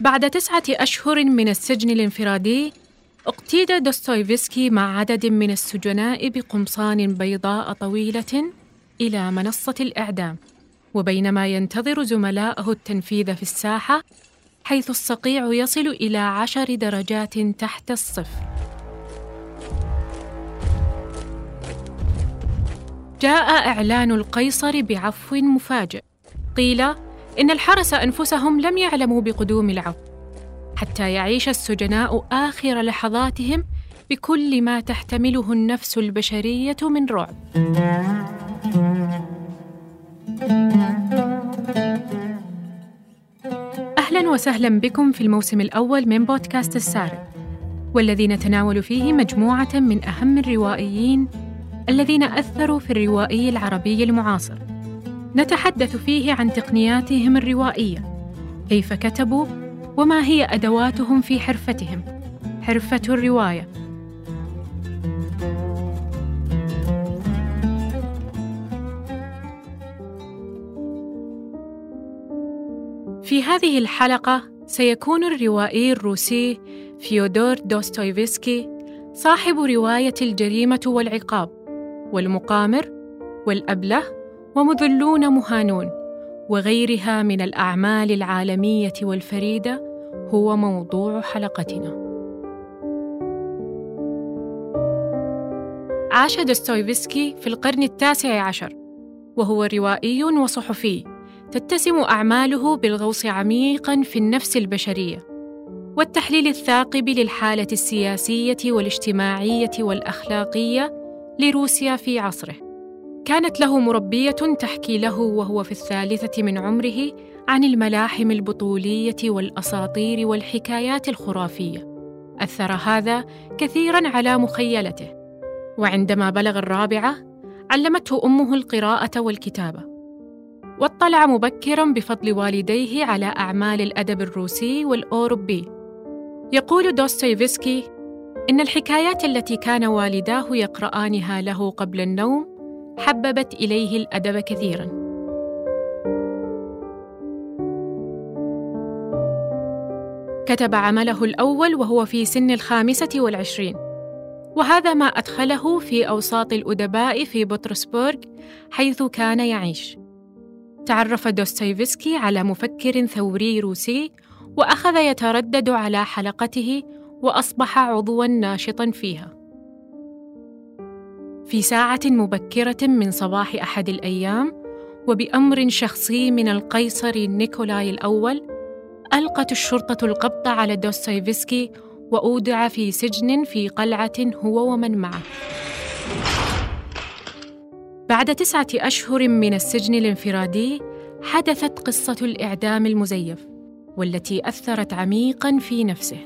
بعد 9 أشهر من السجن الانفرادي، اقتيد دوستويفسكي مع عدد من السجناء بقمصان بيضاء طويلة إلى منصة الإعدام، وبينما ينتظر زملاءه التنفيذ في الساحة، حيث الصقيع يصل إلى 10 درجات تحت الصفر. جاء إعلان القيصر بعفو مفاجئ. قيل إن الحرس أنفسهم لم يعلموا بقدوم العفو، حتى يعيش السجناء آخر لحظاتهم بكل ما تحتمله النفس البشرية من رعب. أهلاً وسهلاً بكم في الموسم الأول من بودكاست السارد، والذي نتناول فيه مجموعة من أهم الروائيين الذين أثروا في الروائي العربي المعاصر. نتحدث فيه عن تقنياتهم الروائية، كيف كتبوا، وما هي أدواتهم في حرفتهم، حرفة الرواية. في هذه الحلقة سيكون الروائي الروسي فيودور دوستويفسكي صاحب رواية الجريمة والعقاب، والمقامر، والأبله، ومذلون مهانون، وغيرها من الأعمال العالمية والفريدة هو موضوع حلقتنا. عاش دوستويفسكي في القرن 19، وهو روائي وصحفي تتسم أعماله بالغوص عميقاً في النفس البشرية والتحليل الثاقب للحالة السياسية والاجتماعية والأخلاقية لروسيا في عصره. كانت له مربية تحكي له وهو في 3 من عمره عن الملاحم البطولية والأساطير والحكايات الخرافية. أثر هذا كثيراً على مخيلته، وعندما بلغ 4 علمته أمه القراءة والكتابة، واطلع مبكراً بفضل والديه على أعمال الأدب الروسي والأوروبي. يقول دوستويفسكي إن الحكايات التي كان والداه يقرآنها له قبل النوم حببت إليه الأدب كثيراً. كتب عمله الأول وهو في سن 25، وهذا ما أدخله في أوساط الأدباء في بطرسبورغ حيث كان يعيش. تعرف دوستويفسكي على مفكر ثوري روسي، وأخذ يتردد على حلقته، وأصبح عضواً ناشطاً فيها. في ساعة مبكرة من صباح أحد الأيام، وبأمر شخصي من القيصر نيكولاي الأول، ألقت الشرطة القبض على دوستويفسكي، وأودع في سجن في قلعة هو ومن معه. بعد 9 أشهر من السجن الانفرادي، حدثت قصة الإعدام المزيف، والتي أثرت عميقاً في نفسه.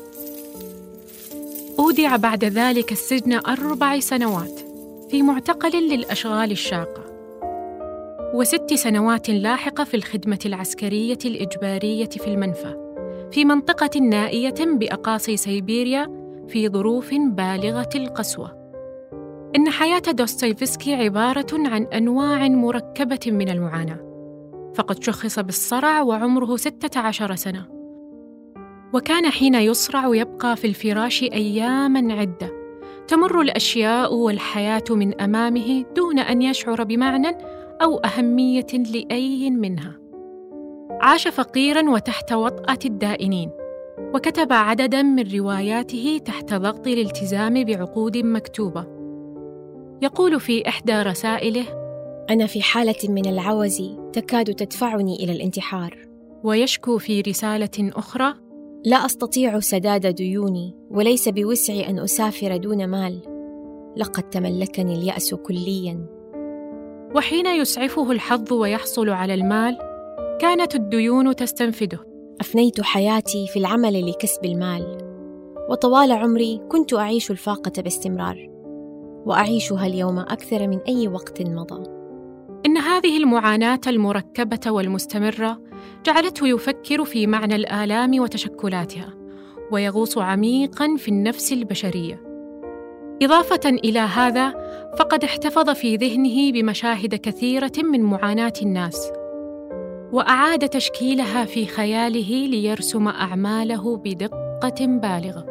أودع بعد ذلك السجن 4 سنوات في معتقل للأشغال الشاقة، و6 سنوات لاحقة في الخدمة العسكرية الإجبارية في المنفى، في منطقة نائية بأقاصي سيبيريا في ظروف بالغة القسوة. إن حياة دوستويفسكي عبارة عن أنواع مركبة من المعاناة، فقد شخص بالصرع وعمره 16 سنة، وكان حين يصرع يبقى في الفراش أياماً عدة، تمر الأشياء والحياة من أمامه دون أن يشعر بمعنى أو أهمية لأي منها. عاش فقيراً وتحت وطأة الدائنين، وكتب عدداً من رواياته تحت ضغط الالتزام بعقود مكتوبة. يقول في إحدى رسائله: أنا في حالة من العوز تكاد تدفعني إلى الانتحار. ويشكو في رسالة أخرى: لا أستطيع سداد ديوني، وليس بوسعي أن أسافر دون مال، لقد تملكني اليأس كلياً. وحين يسعفه الحظ ويحصل على المال، كانت الديون تستنفده. أفنيت حياتي في العمل لكسب المال، وطوال عمري كنت أعيش الفاقة باستمرار، وأعيشها اليوم أكثر من أي وقت مضى. إن هذه المعاناة المركبة والمستمرة جعلته يفكر في معنى الآلام وتشكلاتها، ويغوص عميقاً في النفس البشرية. إضافة إلى هذا، فقد احتفظ في ذهنه بمشاهد كثيرة من معاناة الناس، وأعاد تشكيلها في خياله ليرسم أعماله بدقة بالغة.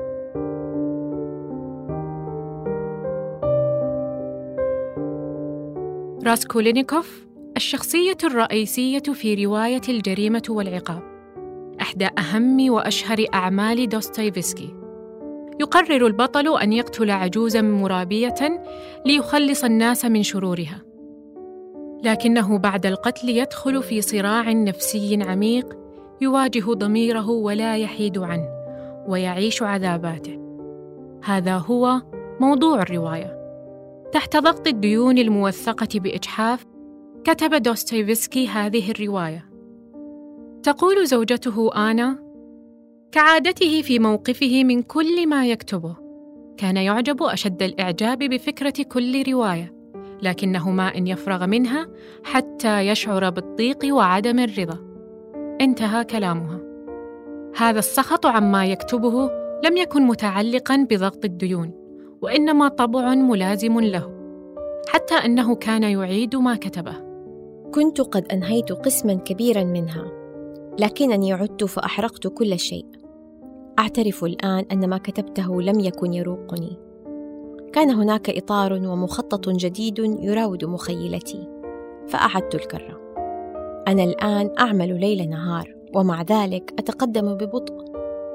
راسكولينيكوف الشخصية الرئيسية في رواية الجريمة والعقاب، إحدى أهم وأشهر أعمال دوستويفسكي. يقرر البطل أن يقتل عجوزاً مرابية ليخلص الناس من شرورها، لكنه بعد القتل يدخل في صراع نفسي عميق يواجه ضميره ولا يحيد عنه ويعيش عذاباته. هذا هو موضوع الرواية. تحت ضغط الديون الموثقة بإجحاف كتب دوستويفسكي هذه الرواية. تقول زوجته آنا: كعادته في موقفه من كل ما يكتبه، كان يعجب أشد الإعجاب بفكرة كل رواية، لكنه ما إن يفرغ منها حتى يشعر بالضيق وعدم الرضا. انتهى كلامها. هذا السخط عما يكتبه لم يكن متعلقاً بضغط الديون، وإنما طبع ملازم له، حتى أنه كان يعيد ما كتبه. كنت قد أنهيت قسماً كبيراً منها، لكنني عدت فأحرقت كل شيء. أعترف الآن أن ما كتبته لم يكن يروقني. كان هناك إطار ومخطط جديد يراود مخيلتي، فأعدت الكرة. أنا الآن أعمل ليل نهار، ومع ذلك أتقدم ببطء.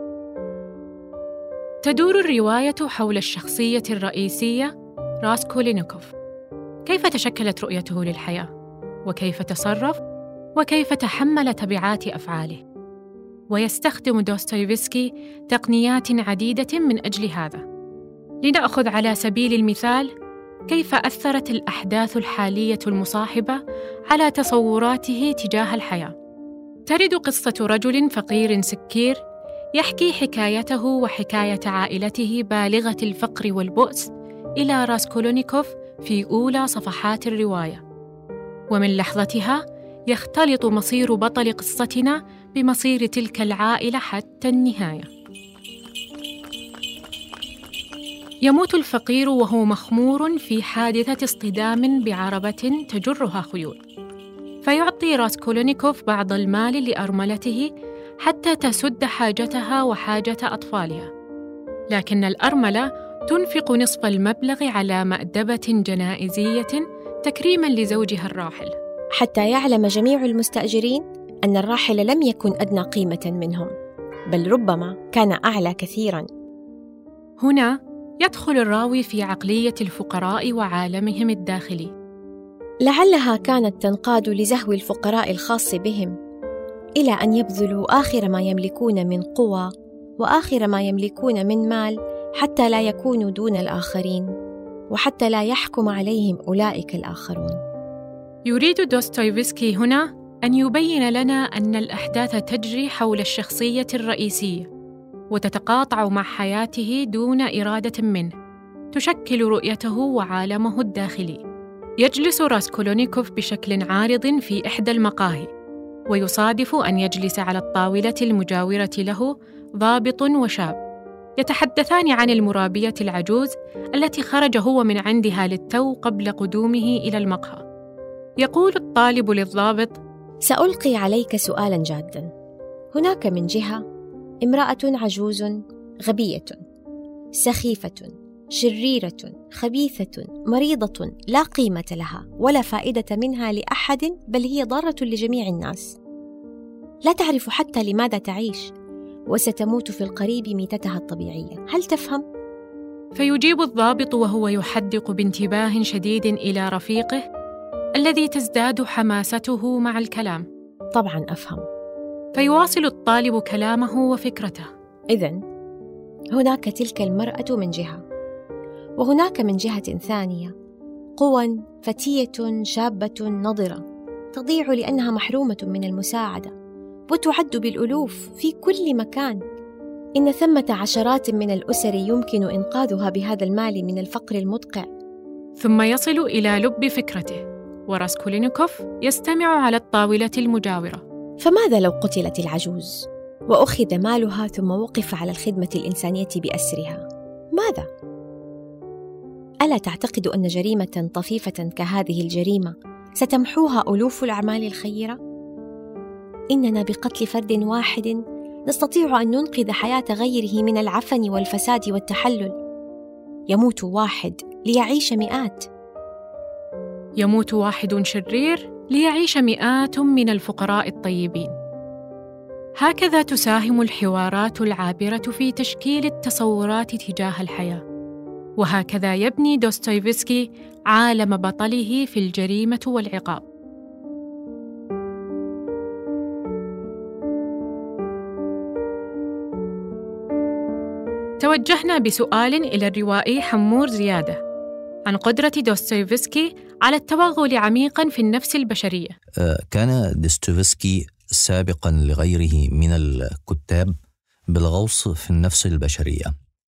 تدور الرواية حول الشخصية الرئيسية راسكولينيكوف. كيف تشكلت رؤيته للحياة؟ وكيف تصرف؟ وكيف تحمل تبعات أفعاله؟ ويستخدم دوستويفسكي تقنيات عديدة من أجل هذا. لنأخذ على سبيل المثال كيف أثرت الأحداث الحالية المصاحبة على تصوراته تجاه الحياة. ترد قصة رجل فقير سكير يحكي حكايته وحكاية عائلته بالغة الفقر والبؤس إلى راسكولينيكوف في أولى صفحات الرواية، ومن لحظتها يختلط مصير بطل قصتنا بمصير تلك العائلة حتى النهاية. يموت الفقير وهو مخمور في حادثة اصطدام بعربة تجرها خيول، فيعطي راسكولينيكوف بعض المال لأرملته حتى تسد حاجتها وحاجة أطفالها، لكن الأرملة تنفق نصف المبلغ على مأدبة جنائزية تكريماً لزوجها الراحل، حتى يعلم جميع المستأجرين أن الراحل لم يكن أدنى قيمة منهم، بل ربما كان أعلى كثيراً. هنا يدخل الراوي في عقلية الفقراء وعالمهم الداخلي. لعلها كانت تنقاد لزهو الفقراء الخاص بهم، إلى أن يبذلوا آخر ما يملكون من قوى وآخر ما يملكون من مال حتى لا يكونوا دون الآخرين، وحتى لا يحكم عليهم أولئك الآخرون. يريد دوستويفسكي هنا أن يبين لنا أن الأحداث تجري حول الشخصية الرئيسية وتتقاطع مع حياته دون إرادة منه، تشكل رؤيته وعالمه الداخلي. يجلس راسكولينيكوف بشكل عارض في إحدى المقاهي، ويصادف أن يجلس على الطاولة المجاورة له ضابط وشاب، يتحدثان عن المرابية العجوز التي خرج هو من عندها للتو قبل قدومه إلى المقهى. يقول الطالب للضابط: سألقي عليك سؤالاً جاداً. هناك من جهة امرأة عجوز غبية سخيفة شريرة خبيثة مريضة لا قيمة لها ولا فائدة منها لأحد، بل هي ضارة لجميع الناس، لا تعرف حتى لماذا تعيش، وستموت في القريب ميتتها الطبيعية. هل تفهم؟ فيجيب الضابط وهو يحدق بانتباه شديد إلى رفيقه الذي تزداد حماسته مع الكلام: طبعاً أفهم. فيواصل الطالب كلامه وفكرته: إذن هناك تلك المرأة من جهة، وهناك من جهة ثانية قوى فتية شابة نضرة تضيع لأنها محرومة من المساعدة، وتعد بالألوف في كل مكان. إن ثمة عشرات من الأسر يمكن إنقاذها بهذا المال من الفقر المدقع. ثم يصل إلى لب فكرته، وراسكولينيكوف يستمع على الطاولة المجاورة. فماذا لو قتلت العجوز وأخذ مالها ثم وقف على الخدمة الإنسانية بأسرها؟ ماذا؟ ألا تعتقد أن جريمة طفيفة كهذه الجريمة ستمحوها ألوف الأعمال الخيرة؟ إننا بقتل فرد واحد نستطيع أن ننقذ حياة غيره من العفن والفساد والتحلل. يموت واحد ليعيش مئات. يموت واحد شرير ليعيش مئات من الفقراء الطيبين. هكذا تساهم الحوارات العابرة في تشكيل التصورات تجاه الحياة، وهكذا يبني دوستويفسكي عالم بطله في الجريمة والعقاب. توجهنا بسؤال إلى الروائي حمور زيادة عن قدرة دوستويفسكي على التوغل عميقاً في النفس البشرية. كان دوستويفسكي سابقاً لغيره من الكتاب بالغوص في النفس البشرية.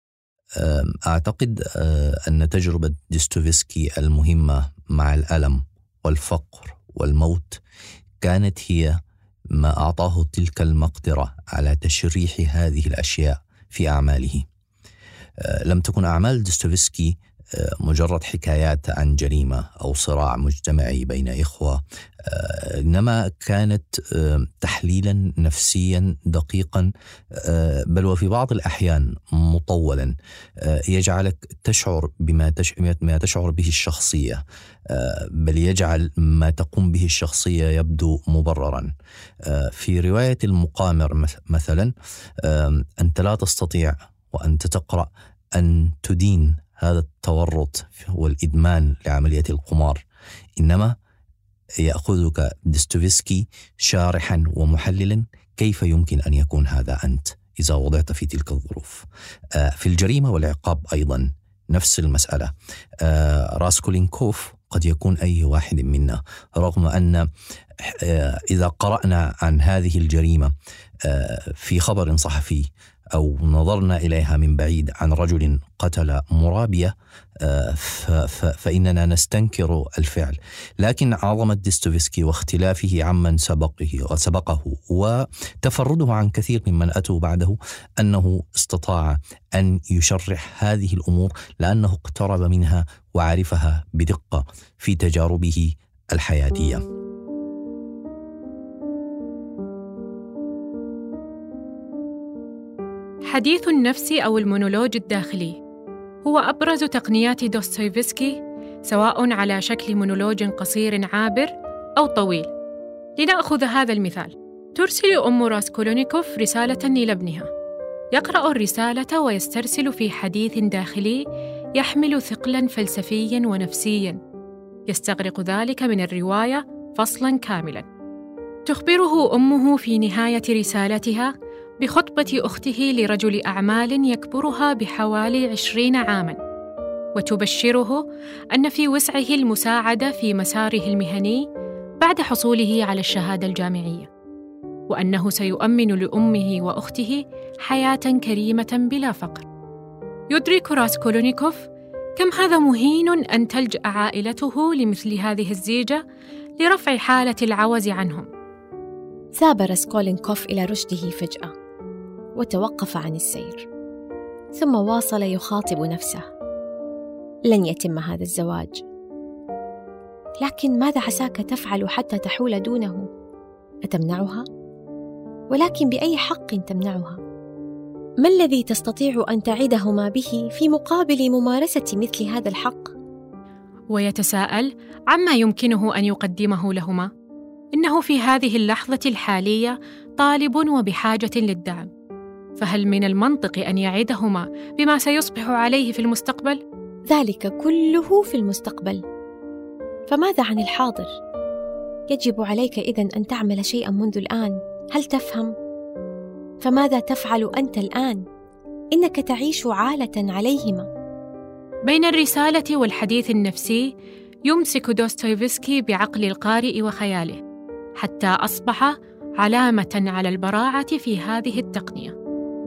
أعتقد أن تجربة دوستويفسكي المهمة مع الألم والفقر والموت كانت هي ما أعطاه تلك المقدرة على تشريح هذه الأشياء في أعماله. لم تكن أعمال دوستويفسكي مجرد حكايات عن جريمة أو صراع مجتمعي بين إخوة، إنما كانت تحليلا نفسيا دقيقا، بل وفي بعض الأحيان مطولا، يجعلك تشعر بما تشعر به الشخصية، بل يجعل ما تقوم به الشخصية يبدو مبررا. في رواية المقامر مثلا، أنت لا تستطيع وأنت تقرأ أن تدين هذا التورط والإدمان لعملية القمار، إنما يأخذك دوستويفسكي شارحا ومحللا كيف يمكن أن يكون هذا أنت إذا وضعت في تلك الظروف. في الجريمة والعقاب أيضا نفس المسألة. راسكولينكوف قد يكون أي واحد منا، رغم أن إذا قرأنا عن هذه الجريمة في خبر صحفي أو نظرنا إليها من بعيد عن رجل قتل مرابية، فإننا نستنكر الفعل. لكن عظمة دوستويفسكي واختلافه عمن سبقه وتفرده عن كثير ممن أتوا بعده أنه استطاع أن يشرح هذه الأمور لأنه اقترب منها وعرفها بدقة في تجاربه الحياتية. حديث النفس أو المونولوج الداخلي هو أبرز تقنيات دوستويفسكي، سواء على شكل مونولوج قصير عابر أو طويل. لنأخذ هذا المثال: ترسل أم راسكولينكوف رسالة إلى ابنها، يقرأ الرسالة ويسترسل في حديث داخلي يحمل ثقلاً فلسفياً ونفسياً، يستغرق ذلك من الرواية فصلاً كاملاً. تخبره أمه في نهاية رسالتها بخطبة أخته لرجل أعمال يكبرها بحوالي 20 عاماً، وتبشره أن في وسعه المساعدة في مساره المهني بعد حصوله على الشهادة الجامعية، وأنه سيؤمن لأمه وأخته حياة كريمة بلا فقر. يدرك راسكولينكوف كم هذا مهين أن تلجأ عائلته لمثل هذه الزيجة لرفع حالة العوز عنهم. ذهب راسكولينكوف إلى رشده فجأة وتوقف عن السير، ثم واصل يخاطب نفسه: لن يتم هذا الزواج، لكن ماذا عساك تفعل حتى تحول دونه؟ أتمنعها؟ ولكن بأي حق تمنعها؟ ما الذي تستطيع أن تعدهما به في مقابل ممارسة مثل هذا الحق؟ ويتساءل عما يمكنه أن يقدمه لهما. إنه في هذه اللحظة الحالية طالب وبحاجة للدعم، فهل من المنطق أن يعدهما بما سيصبح عليه في المستقبل؟ ذلك كله في المستقبل، فماذا عن الحاضر؟ يجب عليك إذن أن تعمل شيئا منذ الآن، هل تفهم؟ فماذا تفعل أنت الآن؟ إنك تعيش عالة عليهما. بين الرسالة والحديث النفسي يمسك دوستويفسكي بعقل القارئ وخياله، حتى أصبح علامة على البراعة في هذه التقنية.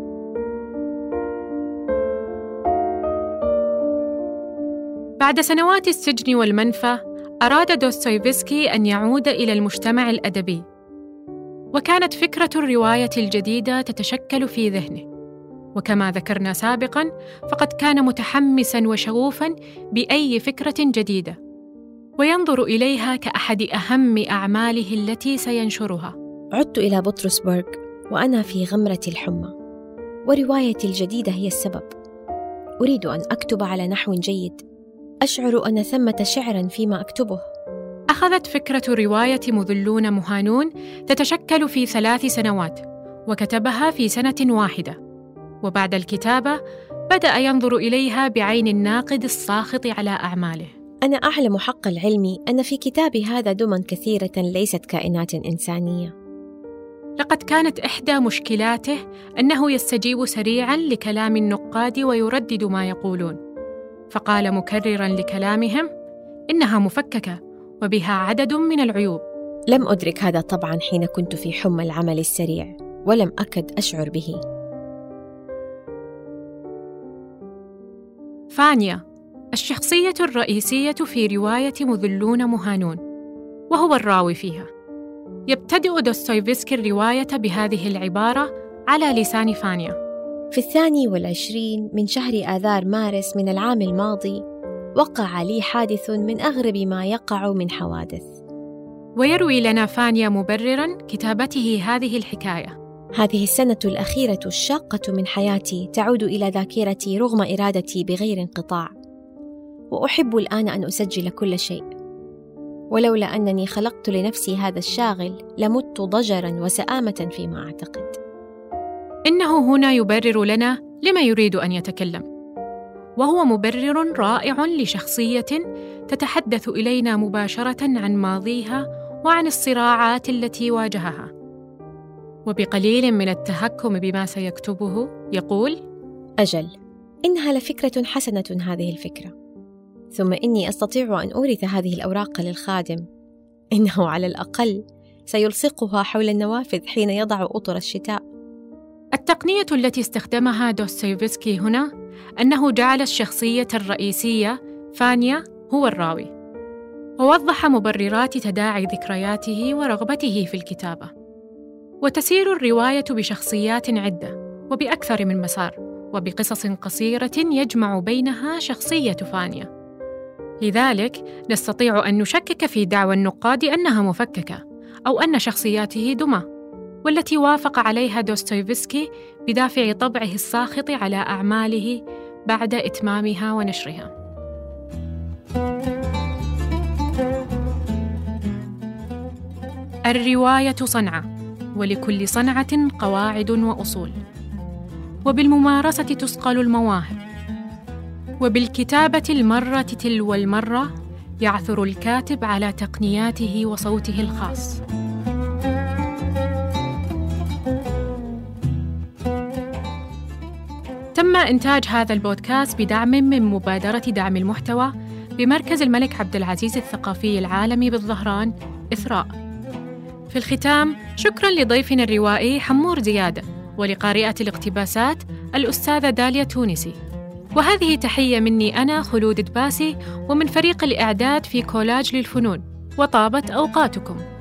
بعد سنوات السجن والمنفى، أراد دوستويفسكي أن يعود إلى المجتمع الأدبي، وكانت فكرة الرواية الجديدة تتشكل في ذهنه. وكما ذكرنا سابقاً، فقد كان متحمساً وشغوفاً بأي فكرة جديدة، وينظر إليها كأحد أهم أعماله التي سينشرها. عدت إلى بطرسبرغ وأنا في غمرة الحمى، وروايتي الجديدة هي السبب. أريد أن أكتب على نحو جيد، أشعر أن ثمة شعراً فيما أكتبه. أخذت فكرة رواية مذلون مهانون تتشكل في 3 سنوات، وكتبها في سنة واحدة، وبعد الكتابة بدأ ينظر إليها بعين الناقد الساخط على أعماله. أنا أعلم حق العلم أن في كتابي هذا دمى كثيرة ليست كائنات إنسانية. لقد كانت إحدى مشكلاته أنه يستجيب سريعاً لكلام النقاد ويردد ما يقولون، فقال مكرراً لكلامهم إنها مفككة وبها عدد من العيوب. لم أدرك هذا طبعاً حين كنت في حمى العمل السريع، ولم أكد أشعر به. فانيا الشخصية الرئيسية في رواية مذلون مهانون، وهو الراوي فيها. يبتدئ دوستويفسكي الرواية بهذه العبارة على لسان فانيا: في 22 من شهر آذار مارس من العام الماضي وقع لي حادث من أغرب ما يقع من حوادث. ويروي لنا فانيا مبرراً كتابته هذه الحكاية: هذه السنة الأخيرة الشاقة من حياتي تعود إلى ذاكرتي رغم إرادتي بغير انقطاع، وأحب الآن أن أسجل كل شيء، ولولا أنني خلقت لنفسي هذا الشاغل لمت ضجراً وسآمة فيما أعتقد. إنه هنا يبرر لنا لما يريد أن يتكلم، وهو مبرر رائع لشخصية تتحدث إلينا مباشرة عن ماضيها وعن الصراعات التي واجهها. وبقليل من التهكم بما سيكتبه يقول: أجل، إنها لفكرة حسنة هذه الفكرة، ثم إني أستطيع أن أورث هذه الأوراق للخادم، إنه على الأقل سيلصقها حول النوافذ حين يضع أطر الشتاء. التقنية التي استخدمها دوستويفسكي هنا أنه جعل الشخصية الرئيسية فانيا هو الراوي، ووضح مبررات تداعي ذكرياته ورغبته في الكتابة. وتسير الرواية بشخصيات عدة وبأكثر من مسار، وبقصص قصيرة يجمع بينها شخصية فانيا. لذلك نستطيع أن نشكك في دعوى النقاد أنها مفككة أو أن شخصياته دمى، والتي وافق عليها دوستويفسكي بدافع طبعه الساخط على أعماله بعد إتمامها ونشرها. الرواية صنعة، ولكل صنعة قواعد وأصول، وبالممارسة تصقل المواهب، وبالكتابة المرة تلو المرة يعثر الكاتب على تقنياته وصوته الخاص. تم إنتاج هذا البودكاست بدعم من مبادرة دعم المحتوى بمركز الملك عبد العزيز الثقافي العالمي بالظهران إثراء. في الختام، شكراً لضيفنا الروائي حمور زيادة، ولقارئة الاقتباسات الأستاذة داليا تونسي. وهذه تحية مني أنا خلود دباسي، ومن فريق الإعداد في كولاج للفنون، وطابت أوقاتكم.